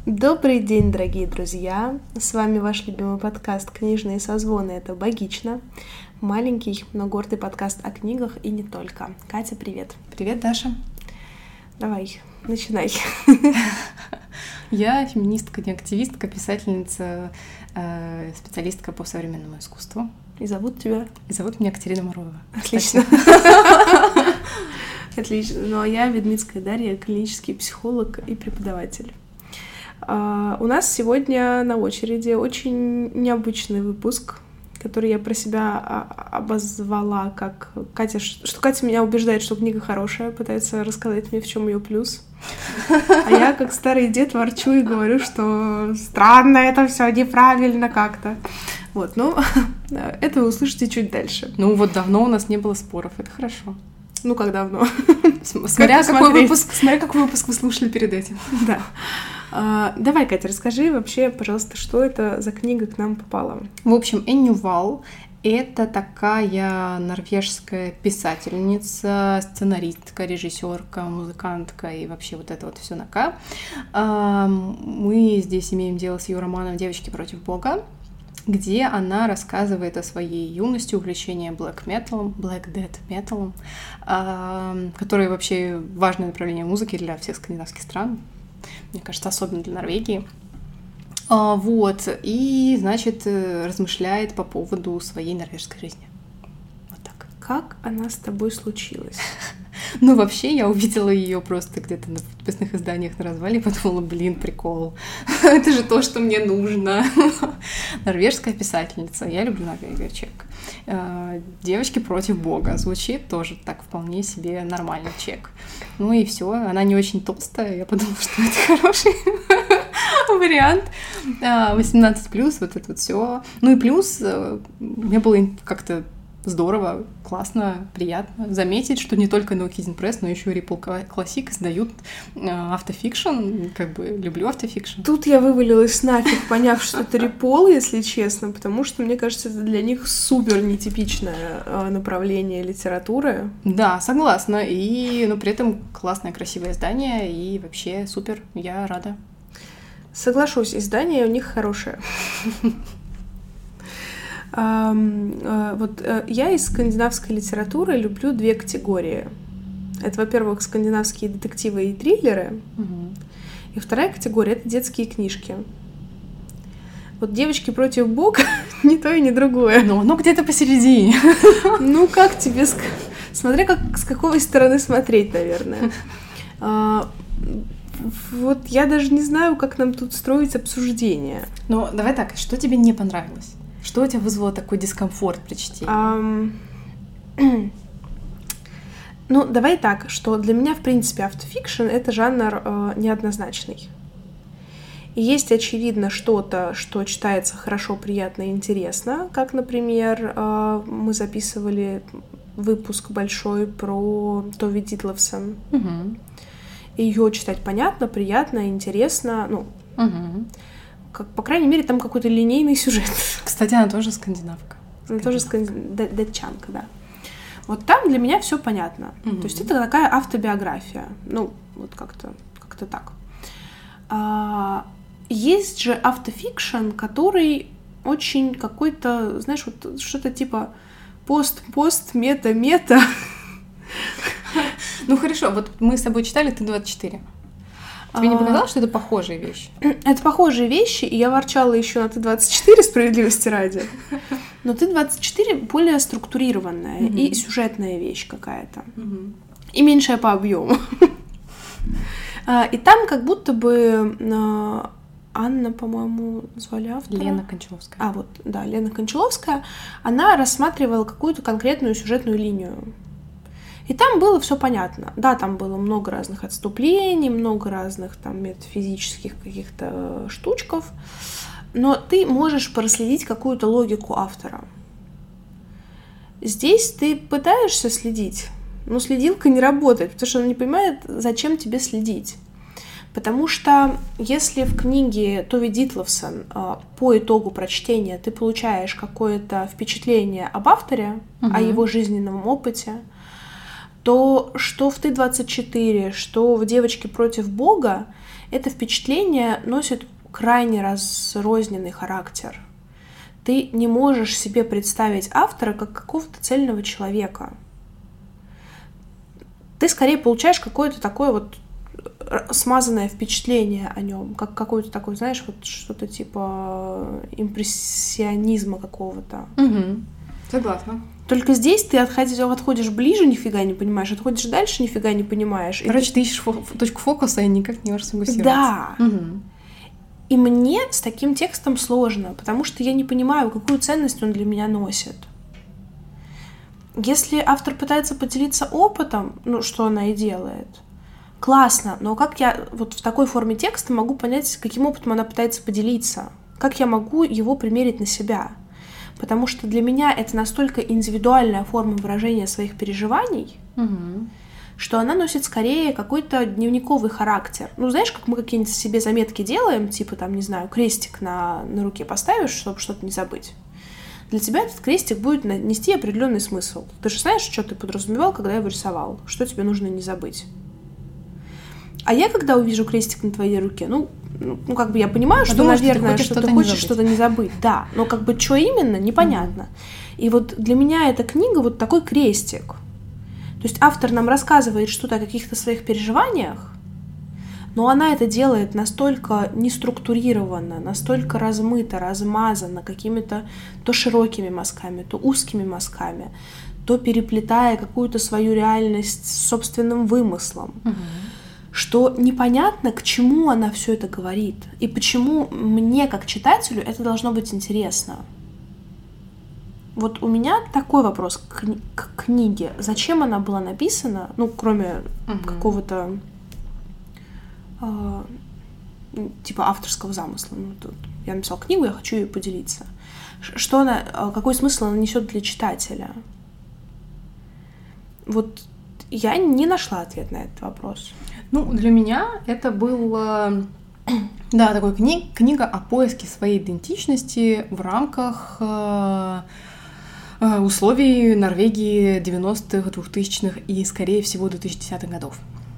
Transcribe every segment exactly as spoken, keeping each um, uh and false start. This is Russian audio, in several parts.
Добрый день, дорогие друзья! С вами ваш любимый подкаст «Книжные созвоны» — это «Богично». Маленький, но гордый подкаст о книгах и не только. Катя, привет! Привет, Даша! Давай, начинай. Я феминистка, не активистка, писательница, специалистка по современному искусству. И зовут тебя? И зовут меня Катерина Морозова. Отлично. Отлично. Ну, а я Ведмицкая Дарья, клинический психолог и преподаватель. Uh, у нас сегодня на очереди очень необычный выпуск, который я про себя обозвала как Катя, что Катя меня убеждает, что книга хорошая, пытается рассказать мне, в чем ее плюс. А я, как старый дед, ворчу и говорю, что странно, это все неправильно как-то. Вот, ну, это вы услышите чуть дальше. Ну, вот давно у нас не было споров, это хорошо. Ну, как давно? Смотря какой выпуск, смотря какой выпуск вы слушали перед этим. Да. Uh, давай, Катя, расскажи вообще, пожалуйста, что это за книга к нам попала? В общем, Энни Вал — это такая норвежская писательница, сценаристка, режиссерка, музыкантка и вообще вот это вот все на К. Uh, мы здесь имеем дело с ее романом «Девочки против Бога», где она рассказывает о своей юности, увлечении black metal, black death metal, uh, который вообще важное направление музыки для всех скандинавских стран. Мне кажется, особенно для Норвегии. А, вот, и, значит, размышляет по поводу своей норвежской жизни. Вот так. Как она с тобой случилась? Ну, вообще, я увидела ее просто где-то на подписных изданиях на развале и подумала, блин, прикол. Это же то, что мне нужно. Норвежская писательница. Я люблю Норвегию, чек. Девочки против Бога. Звучит тоже так вполне себе нормально, чек. Ну и все. Она не очень толстая. Я подумала, что это хороший вариант. восемнадцать плюс, вот это вот все. Ну и плюс мне было как-то здорово, классно, приятно заметить, что не только No Kidding Press, но еще и Ripple Classic издают э, автофикшн. Как бы люблю автофикшн. Тут я вывалилась нафиг, поняв, что это Ripple, если честно, потому что, мне кажется, это для них супер нетипичное э, направление литературы. Да, согласна. И, но при этом классное, красивое издание, и вообще супер, я рада. Соглашусь, издание у них хорошее. Um, uh, вот uh, я из скандинавской литературы люблю две категории. Это, во-первых, скандинавские детективы и триллеры. Uh-huh. И вторая категория — это детские книжки. Вот «Девочки против Бога» ни то и ни другое. Ну, ну где-то посередине. Ну, как тебе... Ск... Смотря как, с какой стороны смотреть, наверное. Uh, вот я даже не знаю, как нам тут строить обсуждение. Ну, давай так, что тебе не понравилось? Что у тебя вызвало такой дискомфорт при чтении? Um, ну, давай так, что для меня, в принципе, автофикшн — это жанр э, неоднозначный. И есть, очевидно, что-то, что читается хорошо, приятно и интересно, как, например, э, мы записывали выпуск большой про Тови Дитловсон. Угу. Ее читать понятно, приятно, интересно, ну... Угу. Как, по крайней мере, там какой-то линейный сюжет. Кстати, она тоже скандинавка. Она тоже скандинавка, датчанка, да. Вот там для меня все понятно. Mm-hmm. То есть это такая автобиография. Ну, вот как-то, как-то так. А, есть же автофикшн, который очень какой-то, знаешь, вот что-то типа пост-пост, мета-мета. Ну хорошо, вот мы с тобой читали «Ты двадцать четыре». Тебе не показалось, что это похожие вещи? Это похожие вещи, и я ворчала еще на Ты двадцать четыре, справедливости ради. Но Ты двадцать четыре более структурированная mm-hmm. и сюжетная вещь какая-то. Mm-hmm. И меньшая по объему. И там как будто бы Анна, по-моему, звали автора. Лена Кончаловская. А, вот, да, Лена Кончаловская. Она рассматривала какую-то конкретную сюжетную линию. И там было все понятно. Да, там было много разных отступлений, много разных там метафизических каких-то штучков, но ты можешь проследить какую-то логику автора. Здесь ты пытаешься следить, но следилка не работает, потому что она не понимает, зачем тебе следить. Потому что если в книге Тови Дитловсон по итогу прочтения ты получаешь какое-то впечатление об авторе, угу. о его жизненном опыте, то что в «Ты двадцать четыре», что в «Девочки против Бога» это впечатление носит крайне разрозненный характер. Ты не можешь себе представить автора как какого-то цельного человека. Ты скорее получаешь какое-то такое вот смазанное впечатление о нем, как какое-то такое, знаешь, вот что-то типа импрессионизма какого-то. Угу. Согласна. Только здесь ты отходишь, отходишь ближе, нифига не понимаешь, отходишь дальше, нифига не понимаешь. Короче, ты... ты ищешь фо- точку фокуса и никак не можешь сфокусироваться. Да. Угу. И мне с таким текстом сложно, потому что я не понимаю, какую ценность он для меня носит. Если автор пытается поделиться опытом, ну, что она и делает, классно, но как я вот в такой форме текста могу понять, каким опытом она пытается поделиться? Как я могу его примерить на себя? Потому что для меня это настолько индивидуальная форма выражения своих переживаний, угу. что она носит скорее какой-то дневниковый характер. Ну, знаешь, как мы какие-нибудь себе заметки делаем, типа, там, не знаю, крестик на, на руке поставишь, чтобы что-то не забыть. Для тебя этот крестик будет нести определенный смысл. Ты же знаешь, что ты подразумевал, когда его рисовал, что тебе нужно не забыть. А я, когда увижу крестик на твоей руке, ну, ну как бы я понимаю, что, думаю, наверное, что ты, что ты что-то хочешь не что-то не забыть, да, но как бы что именно, непонятно. Mm-hmm. И вот для меня эта книга вот такой крестик. То есть автор нам рассказывает что-то о каких-то своих переживаниях, но она это делает настолько неструктурированно, настолько размыто, размазано какими-то то широкими мазками, то узкими мазками, то переплетая какую-то свою реальность с собственным вымыслом, угу. что непонятно, к чему она все это говорит, и почему мне, как читателю, это должно быть интересно. Вот у меня такой вопрос к, к книге. Зачем она была написана, ну, кроме угу. какого-то э, типа авторского замысла. Ну, тут я написала книгу, я хочу ее поделиться. Что она, какой смысл она несет для читателя? Вот я не нашла ответ на этот вопрос. Ну, для меня это был, да, такой кни- книга о поиске своей идентичности в рамках э, условий Норвегии девяностых, двухтысячных и, скорее всего, двухтысячных годов.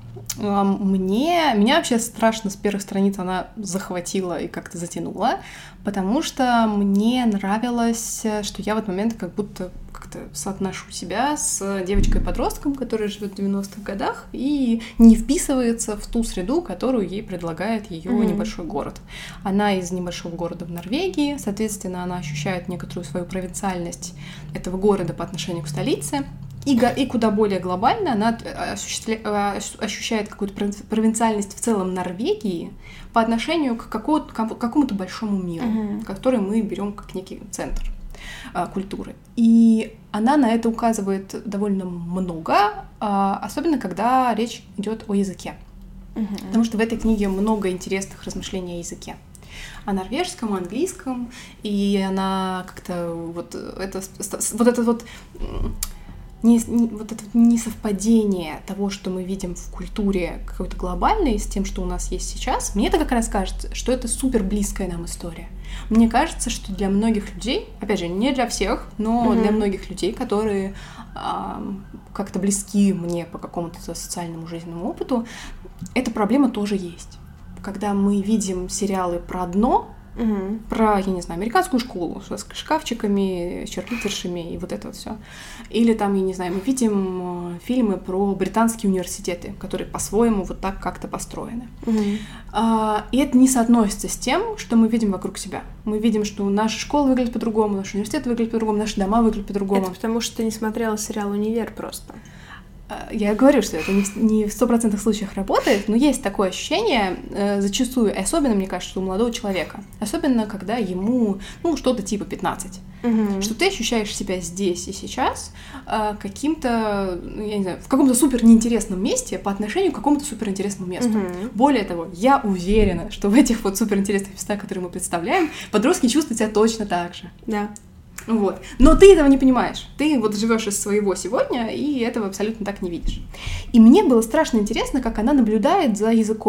Мне, меня вообще страшно с первых страниц она захватила и как-то затянула, потому что мне нравилось, что я в этот момент как будто как-то соотношу себя с девочкой-подростком, которая живет в девяностых годах и не вписывается в ту среду, которую ей предлагает ее mm-hmm. небольшой город. Она из небольшого города в Норвегии, соответственно, она ощущает некоторую свою провинциальность этого города по отношению к столице. И, и куда более глобально она ощущает какую-то провинциальность в целом Норвегии по отношению к, к какому-то большому миру, uh-huh. который мы берем как некий центр а, культуры. И она на это указывает довольно много, а, особенно когда речь идет о языке. Uh-huh. Потому что в этой книге много интересных размышлений о языке. О норвежском, о английском, и она как-то вот это вот это вот Не, не, вот это несовпадение того, что мы видим в культуре какой-то глобальной, с тем, что у нас есть сейчас, мне это как раз кажется, что это супер близкая нам история. Мне кажется, что для многих людей, опять же, не для всех, но mm-hmm. для многих людей, которые а, как-то близки мне по какому-то социальному жизненному опыту, эта проблема тоже есть. Когда мы видим сериалы про одно, Угу. про, я не знаю, американскую школу с шкафчиками, черлидершами и вот это вот все. Или там, я не знаю, мы видим фильмы про британские университеты, которые по-своему вот так как-то построены. Угу. А, и это не соотносится с тем, что мы видим вокруг себя. Мы видим, что наша школа выглядит по-другому, наш университет выглядит по-другому, наши дома выглядят по-другому. Это потому, что ты не смотрела сериал «Универ» просто. Я говорю, что это не в сто процентов случаях работает, но есть такое ощущение э, зачастую, и особенно, мне кажется, у молодого человека, особенно когда ему, ну, что-то типа пятнадцать, угу. что ты ощущаешь себя здесь и сейчас э, каким-то, я не знаю, в каком-то супер неинтересном месте по отношению к какому-то суперинтересному месту. Угу. Более того, я уверена, что в этих вот суперинтересных местах, которые мы представляем, подростки чувствуют себя точно так же. Да. Вот. Но ты этого не понимаешь. Ты вот живешь из своего сегодня, и этого абсолютно так не видишь. И мне было страшно интересно, как она наблюдает за языком,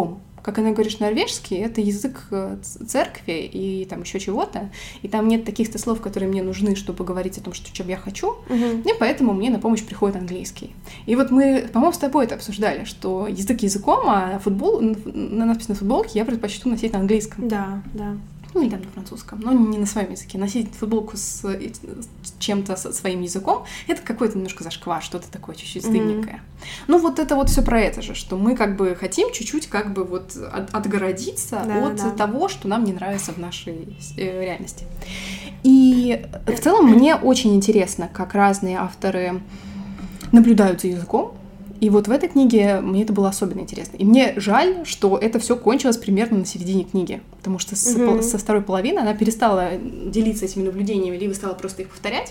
как она говорит, норвежский — это язык церкви и там еще чего-то, и там нет таких-то слов, которые мне нужны, чтобы говорить о том, что, чем я хочу, Мгм. и поэтому мне на помощь приходит английский. И вот мы, по-моему, с тобой это обсуждали, что язык языком, а футбол, на надпись на футболке я предпочту носить на английском. Да, да. Ну, или там на французском, но не на своем языке. Носить футболку с, с чем-то, со своим языком, это какой-то немножко зашквар, что-то такое чуть-чуть стыдненькое. Mm-hmm. Ну, вот это вот все про это же, что мы как бы хотим чуть-чуть как бы вот от, отгородиться да, от да. того, что нам не нравится в нашей э, реальности. И в целом мне очень интересно, как разные авторы наблюдают за языком. И вот в этой книге мне это было особенно интересно. И мне жаль, что это все кончилось примерно на середине книги. Потому что с, mm-hmm. со второй половины она перестала делиться этими наблюдениями, либо стала просто их повторять.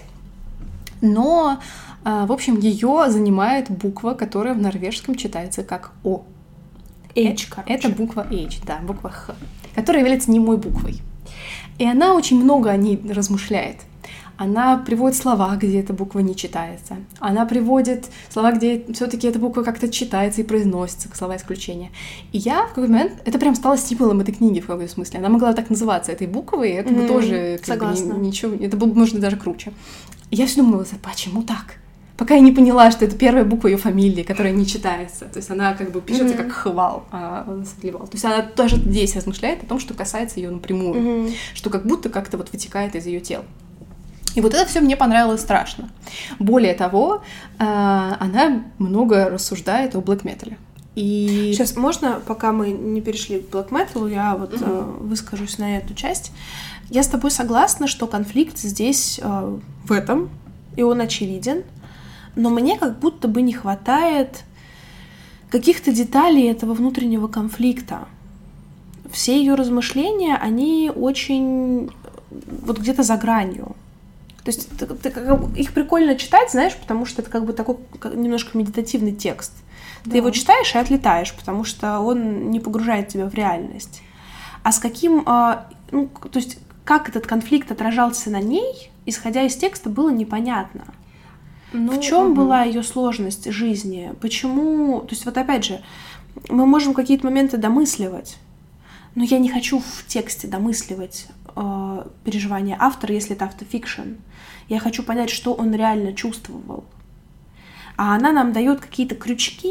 Но, в общем, ее занимает буква, которая в норвежском читается как О. H, короче. Это буква H, да, буква Х, которая является немой буквой. И она очень много о ней размышляет. Она приводит слова, где эта буква не читается. Она приводит слова, где все-таки эта буква как-то читается и произносится, как слова исключения. И я в какой-то момент... Это прям стало стимулом этой книги в каком-то смысле. Она могла так называться, этой буквой, и это mm-hmm. бы тоже... Как бы, ничего, это было бы, может, даже круче. И я все думала, почему так? Пока я не поняла, что это первая буква ее фамилии, которая не читается. То есть она как бы пишется mm-hmm. как хвал, а он сотливал. То есть она тоже здесь размышляет о том, что касается ее напрямую. Mm-hmm. Что как будто как-то вот вытекает из ее тела. И вот это все мне понравилось страшно. Более того, она много рассуждает о блэк-метале. И... Сейчас можно, пока мы не перешли к блэк-металу, я вот mm-hmm. выскажусь на эту часть. Я с тобой согласна, что конфликт здесь в этом, и он очевиден, но мне как будто бы не хватает каких-то деталей этого внутреннего конфликта. Все ее размышления, они очень вот где-то за гранью. То есть ты, ты, их прикольно читать, знаешь, потому что это как бы такой как, немножко медитативный текст. Да. Ты его читаешь и отлетаешь, потому что он не погружает тебя в реальность. А с каким... А, ну, то есть как этот конфликт отражался на ней, исходя из текста, было непонятно. Ну, в чем угу. была ее сложность жизни? Почему... То есть вот опять же, мы можем какие-то моменты домысливать, но я не хочу в тексте домысливать э, переживания автора, если это автофикшн. Я хочу понять, что он реально чувствовал. А она нам дает какие-то крючки,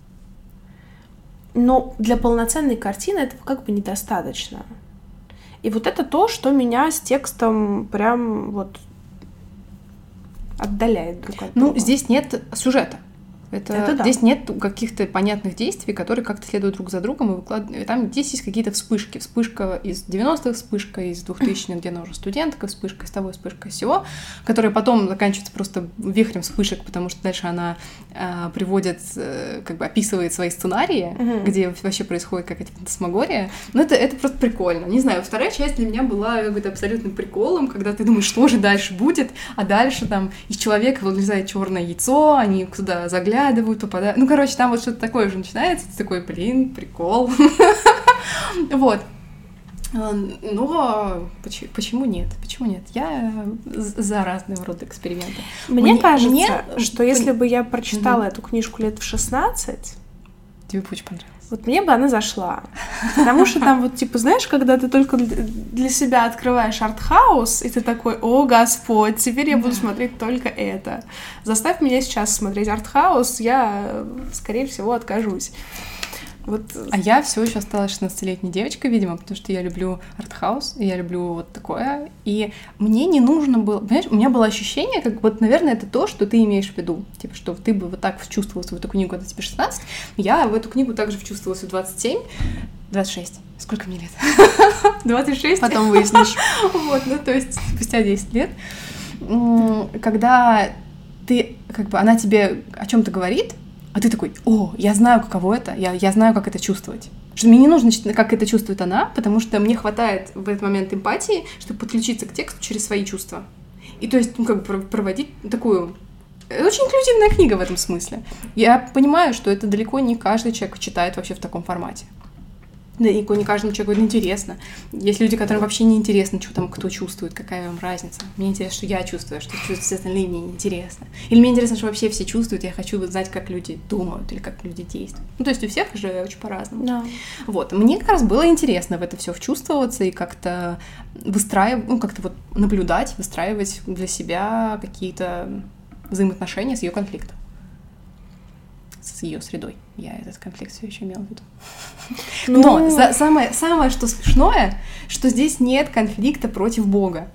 но для полноценной картины этого как бы недостаточно. И вот это то, что меня с текстом прям вот отдаляет друг от друга. Ну, здесь нет сюжета. Это, это да. Здесь нет каких-то понятных действий, которые как-то следуют друг за другом и выкладывают. Там здесь есть какие-то вспышки. Вспышка из девяностых, вспышка из двухтысячных, где она уже студентка, вспышка из того, вспышка из всего, которая потом заканчивается просто вихрем вспышек, потому что дальше она э, приводит, э, как бы описывает свои сценарии, uh-huh. где вообще происходит какая-то фантасмагория. Но это, это просто прикольно. Не знаю, вторая часть для меня была какой-то абсолютным приколом, когда ты думаешь, что же дальше будет, а дальше там из человека вылезает черное яйцо, они туда заглядывают, попадают. Ну, короче, там вот что-то такое уже начинается. Ты такой, блин, прикол. Вот. Но почему нет? Почему нет? Я за разного рода эксперименты. Мне кажется, что если бы я прочитала эту книжку лет в шестнадцать... Тебе бы очень понравилось. Вот мне бы она зашла. Потому что там вот, типа, знаешь, когда ты только для себя открываешь артхаус, и ты такой, о, Господь, теперь я буду смотреть только это. Заставь меня сейчас смотреть артхаус, я, скорее всего, откажусь. Вот. А я все еще осталась шестнадцатилетней девочкой, видимо, потому что я люблю артхаус, и я люблю вот такое. И мне не нужно было... Понимаешь, у меня было ощущение, как вот, наверное, это то, что ты имеешь в виду. Типа, что ты бы вот так вчувствовалась в эту книгу, когда тебе шестнадцать. Я в эту книгу также вчувствовалась в двадцать семь. двадцать шесть. Сколько мне лет? двадцать шесть? Потом выяснишь. Вот, ну, то есть спустя десять лет. Когда ты, как бы, она тебе о чем-то говорит, а ты такой, о, я знаю, каково это, я, я знаю, как это чувствовать. Что мне не нужно, как это чувствует она, потому что мне хватает в этот момент эмпатии, чтобы подключиться к тексту через свои чувства. И то есть, ну, как бы проводить такую... Очень инклюзивная книга в этом смысле. Я понимаю, что это далеко не каждый человек читает вообще в таком формате. Да, и не каждому человеку это интересно. Есть люди, которым вообще не интересно, что там кто чувствует, какая вам разница. Мне интересно, что я чувствую, что чувствуют все остальные, мне неинтересно. Или мне интересно, что вообще все чувствуют, я хочу знать, как люди думают или как люди действуют. Ну, то есть у всех же очень по-разному. Да. Вот. Мне как раз было интересно в это все вчувствоваться и как-то выстраивать, ну, как-то вот наблюдать, выстраивать для себя какие-то взаимоотношения с ее конфликтом. С ее средой. Я этот конфликт все еще имела в виду. Ну... Но за, самое, самое, что смешное, что здесь нет конфликта против Бога.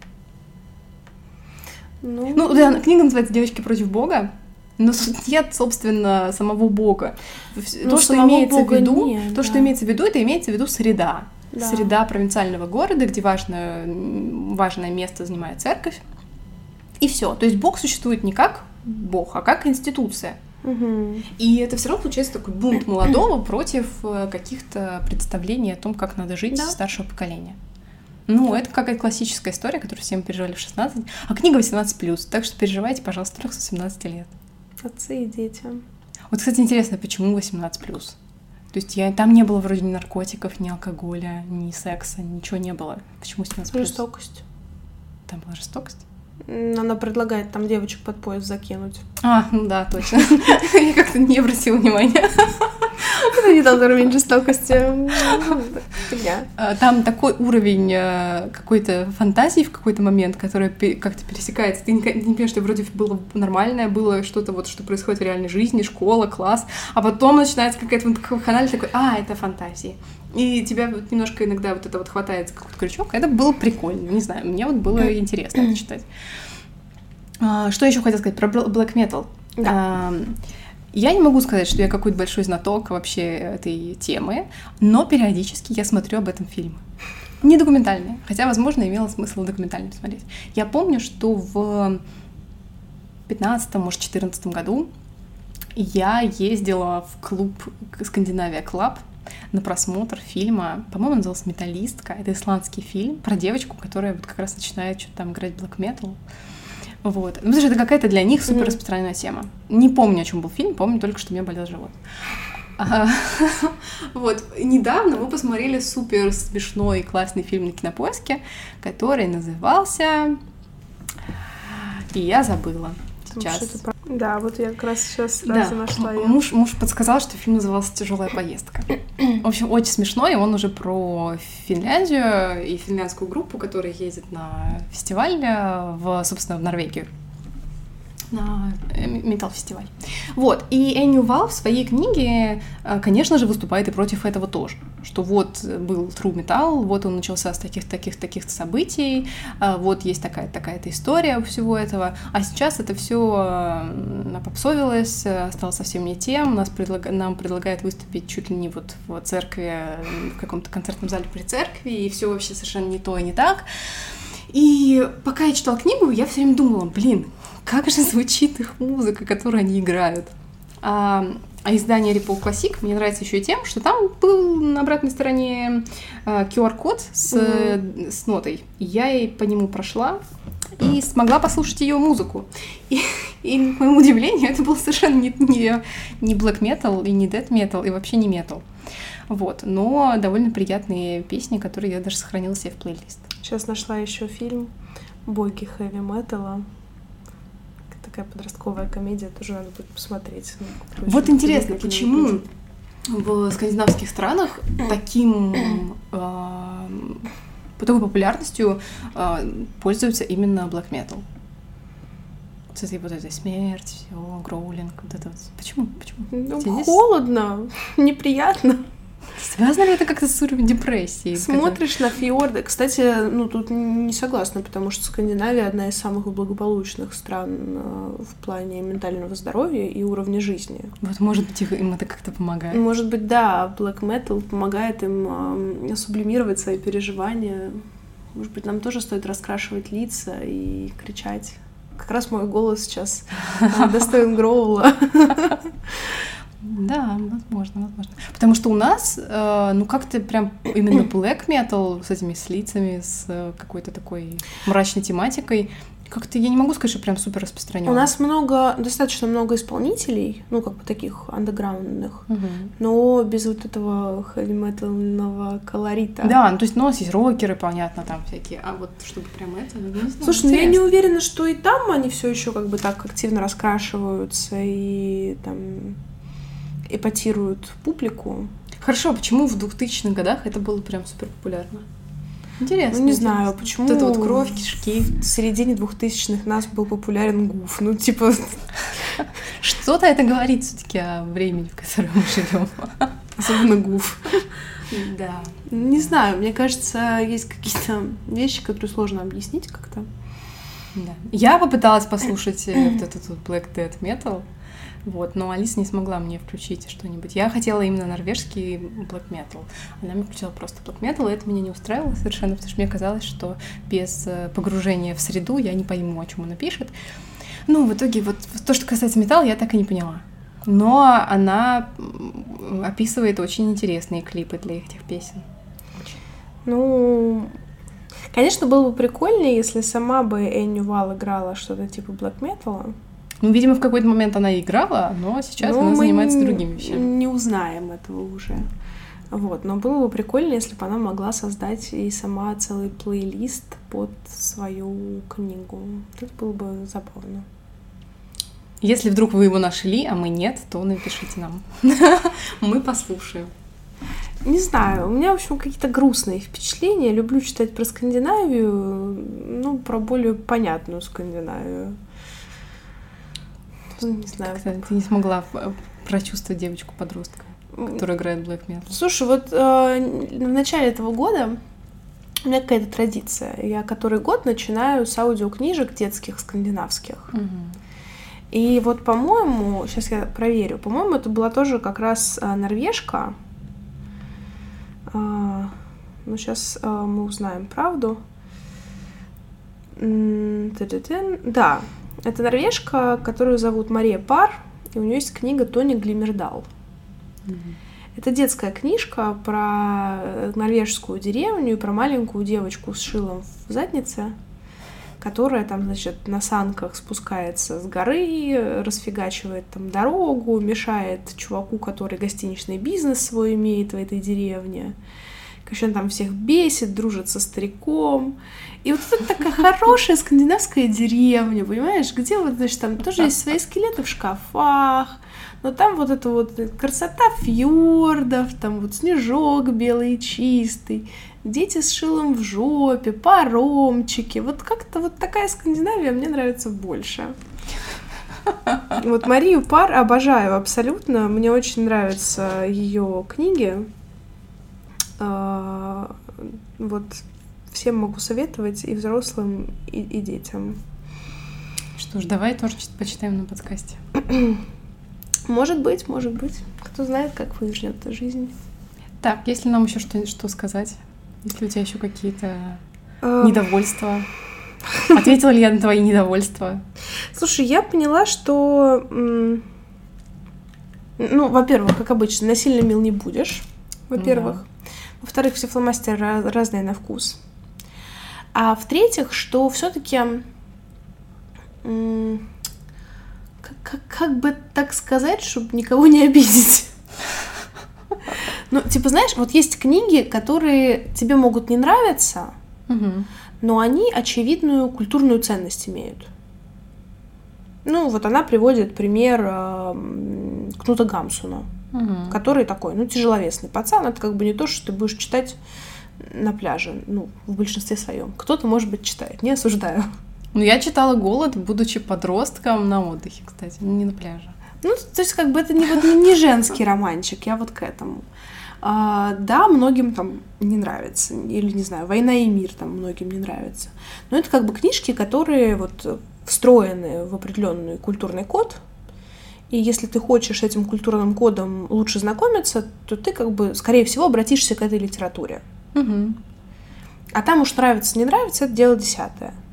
Ну, ну да, книга называется «Девочки против Бога», но тут нет, собственно, самого Бога. Ну, то, что имеется Бога в виду, нет, то, да. что имеется в виду, это имеется в виду среда. Да. Среда провинциального города, где важное, важное место занимает церковь. И все. То есть Бог существует не как Бог, а как институция. Угу. И это все равно получается такой бунт молодого против каких-то представлений о том, как надо жить да. старшего поколения. Ну, это какая-то классическая история, которую все мы переживали в шестнадцать, а книга восемнадцать плюс, так что переживайте, пожалуйста, только с восемнадцати лет. Отцы и дети. Вот, кстати, интересно, почему восемнадцать плюс? То есть я, там не было вроде ни наркотиков, ни алкоголя, ни секса, ничего не было. Почему семнадцать плюс? Жестокость. Там была жестокость? Она предлагает там девочек под пояс закинуть. А, ну да, точно. Я как-то не обратила внимания. Это не тот уровень жестокости. Там такой уровень какой-то фантазии в какой-то момент, который как-то пересекается. Ты не понимаешь, что вроде было нормальное, было что-то вот, что происходит в реальной жизни, школа, класс, а потом начинается какая-то вот канале такой, а, это фантазии. И тебя вот немножко иногда вот это вот хватает какой-то крючок. Это было прикольно, не знаю, мне вот было интересно это читать. Что еще хотела сказать про Black Metal? Да. Я не могу сказать, что я какой-то большой знаток вообще этой темы, но периодически я смотрю об этом фильмы. Не документальные, хотя, возможно, имело смысл документально посмотреть. Я помню, что в пятнадцатом, может, четырнадцатом году я ездила в клуб Скандинавия Клаб на просмотр фильма, по-моему, он назывался «Металлистка». Это исландский фильм про девочку, которая вот как раз начинает что-то там играть black metal. Вот. Ну, потому что это какая-то для них супер распространенная тема. Не помню, о чем был фильм, помню только, что у меня болел живот. Вот. Недавно мы посмотрели супер смешной и классный фильм на Кинопоиске, который назывался... И я забыла. Сейчас. Да, вот я как раз сейчас сразу да. нашла её. Муж, муж подсказал, что фильм назывался «Тяжелая поездка». В общем, очень смешной, он уже про Финляндию и финляндскую группу, которая ездит на фестиваль в, собственно, в Норвегию. На метал-фестиваль. Вот. И Энни Вал в своей книге, конечно же, выступает и против этого тоже. Что вот был True Metal, вот он начался с таких-таких-таких событий, вот есть такая-такая-то история у всего этого, а сейчас это все попсовилось, стало совсем не тем, нас предлаг... нам предлагают выступить чуть ли не вот в церкви, в каком-то концертном зале при церкви, и все вообще совершенно не то и не так. И пока я читала книгу, я все время думала, блин, как же звучит их музыка, которую они играют. А, а издание Ripple Classic мне нравится еще и тем, что там был на обратной стороне а, ку ар-код с, mm-hmm. с нотой. Я ей по нему прошла и смогла послушать ее музыку. И, и, к моему удивлению, это был совершенно не, не, не black metal и не death metal, и вообще не metal. Вот. Но довольно приятные песни, которые я даже сохранила себе в плейлист. Сейчас нашла еще фильм «Боги хэви-металла». Такая подростковая комедия, тоже надо будет посмотреть. Вот интересно, почему в скандинавских странах таким, э, такой популярностью э, пользуются именно black metal? С этой вот этой смерть, все, гроулинг, вот это вот. Почему? Почему? Ну, холодно, неприятно. Связано ли это как-то с уровнем депрессии? Смотришь когда... на фьорды. Кстати, ну тут не согласна, потому что Скандинавия одна из самых благополучных стран в плане ментального здоровья и уровня жизни. Вот, может быть, им это как-то помогает? Может быть, да. Black Metal помогает им сублимировать свои переживания. Может быть, нам тоже стоит раскрашивать лица и кричать. Как раз мой голос сейчас достоин гроула. Да, возможно, возможно. Потому что у нас, э, ну, как-то прям именно black metal с этими с лицами, с э, какой-то такой мрачной тематикой, как-то я не могу сказать, что прям супер распространённо. У нас много, достаточно много исполнителей, ну, как бы таких андеграундных, угу. но без вот этого хэви-металного колорита. Да, ну, то есть, ну, у нас есть рокеры, понятно, там всякие, а вот чтобы прям это, ну, не знаю. Слушай, ну, я не уверена, что и там они все еще как бы так активно раскрашиваются и там эпатируют публику. Хорошо, почему в двухтысячных годах это было прям супер популярно? Интересно. Ну, не интересно. знаю, почему вот это вот кровь, кишки. В середине двухтысячных нас был популярен гуф. Ну, типа... Что-то это говорит все-таки о времени, в котором мы живем. Особенно гуф. Да. Не знаю, мне кажется, есть какие-то вещи, которые сложно объяснить как-то. Да. Я попыталась послушать вот этот вот Black Death Metal, вот, но Алиса не смогла мне включить что-нибудь. Я хотела именно норвежский Black Metal. Она мне включила просто Black Metal, и это меня не устраивало совершенно, потому что мне казалось, что без погружения в среду я не пойму, о чем она пишет. Ну, в итоге, вот то, что касается металла, я так и не поняла. Но она описывает очень интересные клипы для этих песен. Ну, конечно, было бы прикольнее, если сама бы Энни Вал играла что-то типа Black Metal. Ну, видимо, в какой-то момент она играла, но сейчас но она занимается не, другими вещами. Не узнаем этого уже. Вот. Но было бы прикольно, если бы она могла создать и сама целый плейлист под свою книгу. Это было бы забавно. Если вдруг вы его нашли, а мы нет, то напишите нам. Мы послушаем. Не знаю, у меня, в общем, какие-то грустные впечатления. Люблю читать про Скандинавию, ну, про более понятную Скандинавию. Не знаю. Как-то ты не смогла прочувствовать девочку-подростка, которая играет Black Metal. Слушай, вот э, в начале этого года у меня какая-то традиция. Я который год начинаю с аудиокнижек детских, скандинавских. Угу. И вот, по-моему, сейчас я проверю, по-моему, это была тоже как раз э, норвежка. Э, ну, сейчас э, мы узнаем правду. Да. Это норвежка, которую зовут Мария Пар, и у нее есть книга Тони Глимердал. Mm-hmm. Это детская книжка про норвежскую деревню и про маленькую девочку с шилом в заднице, которая там, значит, на санках спускается с горы, расфигачивает там дорогу, мешает чуваку, который гостиничный бизнес свой имеет в этой деревне. Короче, он там всех бесит, дружит со стариком. И вот это такая хорошая скандинавская деревня, понимаешь, где вот, значит, там тоже есть свои скелеты в шкафах, но там вот эта вот красота фьордов, там вот снежок белый и чистый, дети с шилом в жопе, паромчики. Вот как-то вот такая Скандинавия мне нравится больше. Вот Марию Пар обожаю абсолютно, мне очень нравятся ее книги. Вот всем могу советовать, и взрослым, и, и детям. Что ж, давай тоже почитаем на подкасте. Может быть, может быть. Кто знает, как выживет эта жизнь. Так, если нам еще что, что сказать? Если у тебя еще какие-то недовольства? Ответила ли я на твои недовольства? Слушай, я поняла, что... Ну, во-первых, как обычно, насильно мил не будешь. Во-первых. Да. Во-вторых, все фломастеры разные на вкус. А в-третьих, что все-таки как, как, как бы так сказать, чтобы никого не обидеть. Ну, типа, знаешь, вот есть книги, которые тебе могут не нравиться, угу. но они очевидную культурную ценность имеют. Ну, вот она приводит пример э, Кнута Гамсуна, угу. который такой, ну, тяжеловесный пацан. Это как бы не то, что ты будешь читать на пляже, ну, в большинстве своем. Кто-то, может быть, читает, не осуждаю. Ну, я читала «Голод», будучи подростком на отдыхе, кстати, не на пляже. Ну, то есть, как бы это не, вот, не женский романчик, я вот к этому. А, да, многим там не нравится, или, не знаю, «Война и мир» там многим не нравится. Но это как бы книжки, которые вот встроены в определенный культурный код, и если ты хочешь с этим культурным кодом лучше знакомиться, то ты как бы, скорее всего, обратишься к этой литературе. Угу. А там уж нравится, не нравится, это дело десятое.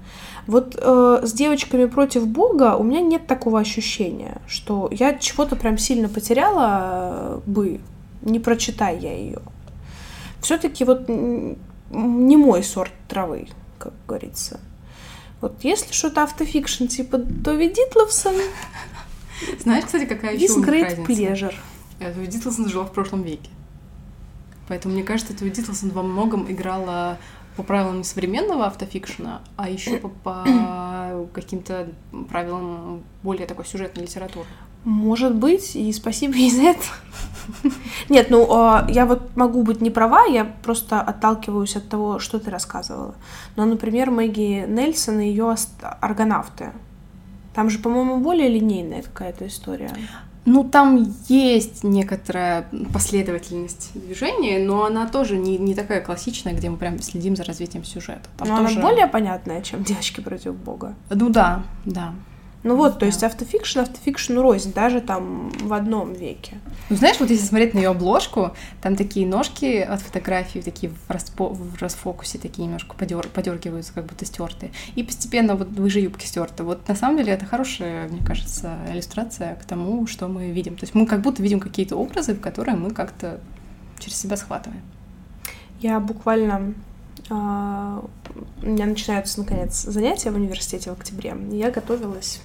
Вот э, с девочками против Бога у меня нет такого ощущения, что я чего-то прям сильно потеряла бы, не прочитая я ее. Все-таки вот не мой сорт травы, как говорится. Вот если что-то автофикшн типа Тови Дитловсон... Знаешь, кстати, какая еще у них разница? Pleasure. Тови Дитловсон жила в прошлом веке. Поэтому, мне кажется, Тови Дитловсон во многом играла по правилам не современного автофикшена, а еще по, по каким-то правилам более такой сюжетной литературы. Может быть, и спасибо ей за это. Нет, ну, я вот могу быть не права, я просто отталкиваюсь от того, что ты рассказывала. Но, например, Мэгги Нельсон и ее аргонавты. Там же, по-моему, более линейная какая-то история. Ну, там есть некоторая последовательность движения, но она тоже не, не такая классичная, где мы прям следим за развитием сюжета. Там но тоже... она более понятная, чем «Девочки против Бога». Ну да, да. Ну вот, да. То есть автофикшн, автофикшн рознь, даже там в одном веке. Ну знаешь, вот если смотреть на ее обложку, там такие ножки от фотографии, такие в, распо... в расфокусе, такие немножко подер... подергиваются, как будто стертые. И постепенно вот выше юбки стерты. Вот на самом деле это хорошая, мне кажется, иллюстрация к тому, что мы видим. То есть мы как будто видим какие-то образы, в которые мы как-то через себя схватываем. Я буквально... Uh, у меня начинаются, наконец, занятия в университете в октябре, и я готовилась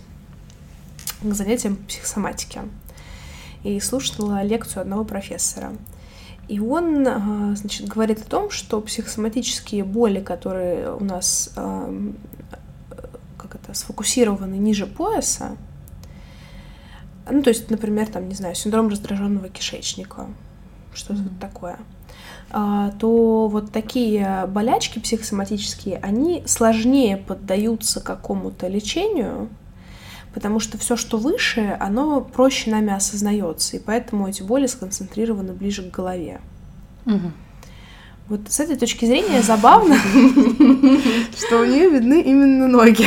к занятиям психосоматики и слушала лекцию одного профессора. И он, uh, значит, говорит о том, что психосоматические боли, которые у нас uh, как это, сфокусированы ниже пояса, ну, то есть, например, там, не знаю, синдром раздраженного кишечника, что-то mm-hmm. вот такое, то вот такие болячки психосоматические, они сложнее поддаются какому-то лечению, потому что все, что выше, оно проще нами осознается, и поэтому эти боли сконцентрированы ближе к голове. Угу. Вот с этой точки зрения забавно, что у нее видны именно ноги.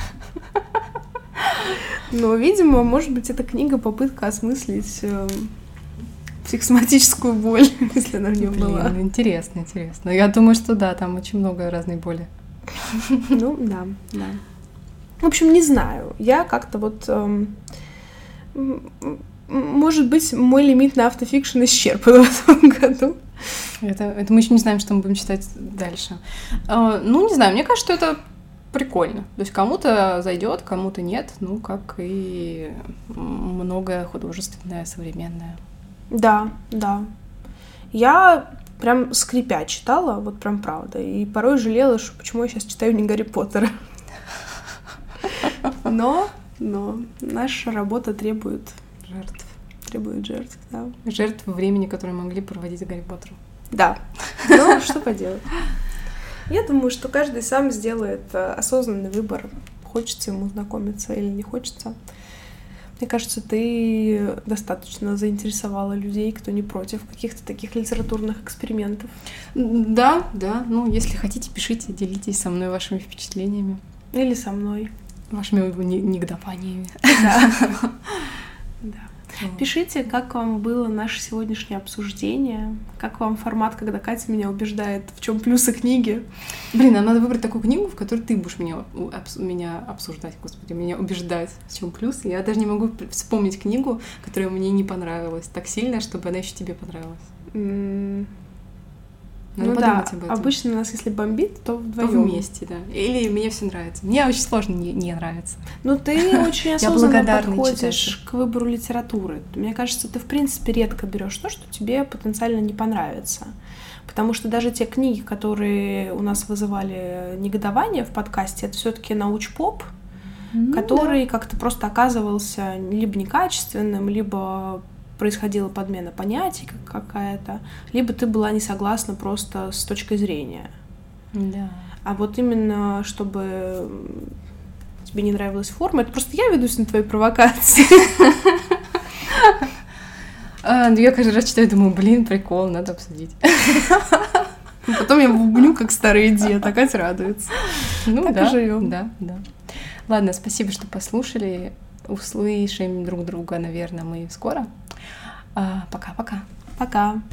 Но, видимо, может быть, эта книга попытка осмыслить психосоматическую боль, если она в ней была. Интересно, интересно. Я думаю, что да, там очень много разной боли. Ну, да, да. В общем, не знаю. Я как-то вот... Эм, может быть, мой лимит на автофикшн исчерпан в этом году. Это, это мы еще не знаем, что мы будем читать дальше. Э, ну, не знаю, мне кажется, что это прикольно. То есть кому-то зайдет, кому-то нет. Ну, как и многое художественное, современное. Да, да. Я прям скрипя читала, вот прям правда. И порой жалела, что почему я сейчас читаю не Гарри Поттера. Но, но наша работа требует жертв. Требует жертв, да. Жертв времени, которые могли проводить с Гарри Поттером. Да. Но что поделать. Я думаю, что каждый сам сделает осознанный выбор, хочется ему знакомиться или не хочется. Мне кажется, ты достаточно заинтересовала людей, кто не против каких-то таких литературных экспериментов. Да, да. Ну, если хотите, пишите, делитесь со мной вашими впечатлениями. Или со мной. Вашими негодованиями. Да. Да. Пишите, как вам было наше сегодняшнее обсуждение, как вам формат, когда Катя меня убеждает, в чем плюсы книги. Блин, нам надо выбрать такую книгу, в которой ты будешь меня, меня обсуждать, господи, меня убеждать, в чем плюсы. Я даже не могу вспомнить книгу, которая мне не понравилась так сильно, чтобы она еще тебе понравилась. Mm. Надо ну подумать да, об этом. Обычно у нас, если бомбит, то вдвоем. То вместе, да. Или мне все нравится. Мне очень сложно не, не нравится. Ну ты очень осознанно подходишь к выбору литературы. Мне кажется, ты в принципе редко берешь то, что тебе потенциально не понравится. Потому что даже те книги, которые у нас вызывали негодование в подкасте, это все-таки научпоп, ну, который да. как-то просто оказывался либо некачественным, либо происходила подмена понятий какая-то, либо ты была не согласна просто с точкой зрения. Да. А вот именно, чтобы тебе не нравилась форма, это просто я ведусь на твои провокации. Ну, я каждый раз читаю, думаю, блин, прикол, надо обсудить. Потом я бубню, как старый дед, а Катя радуется. Ну да, да, да. Ладно, спасибо, что послушали. Услышим друг друга, наверное, мы скоро. Пока-пока. Пока.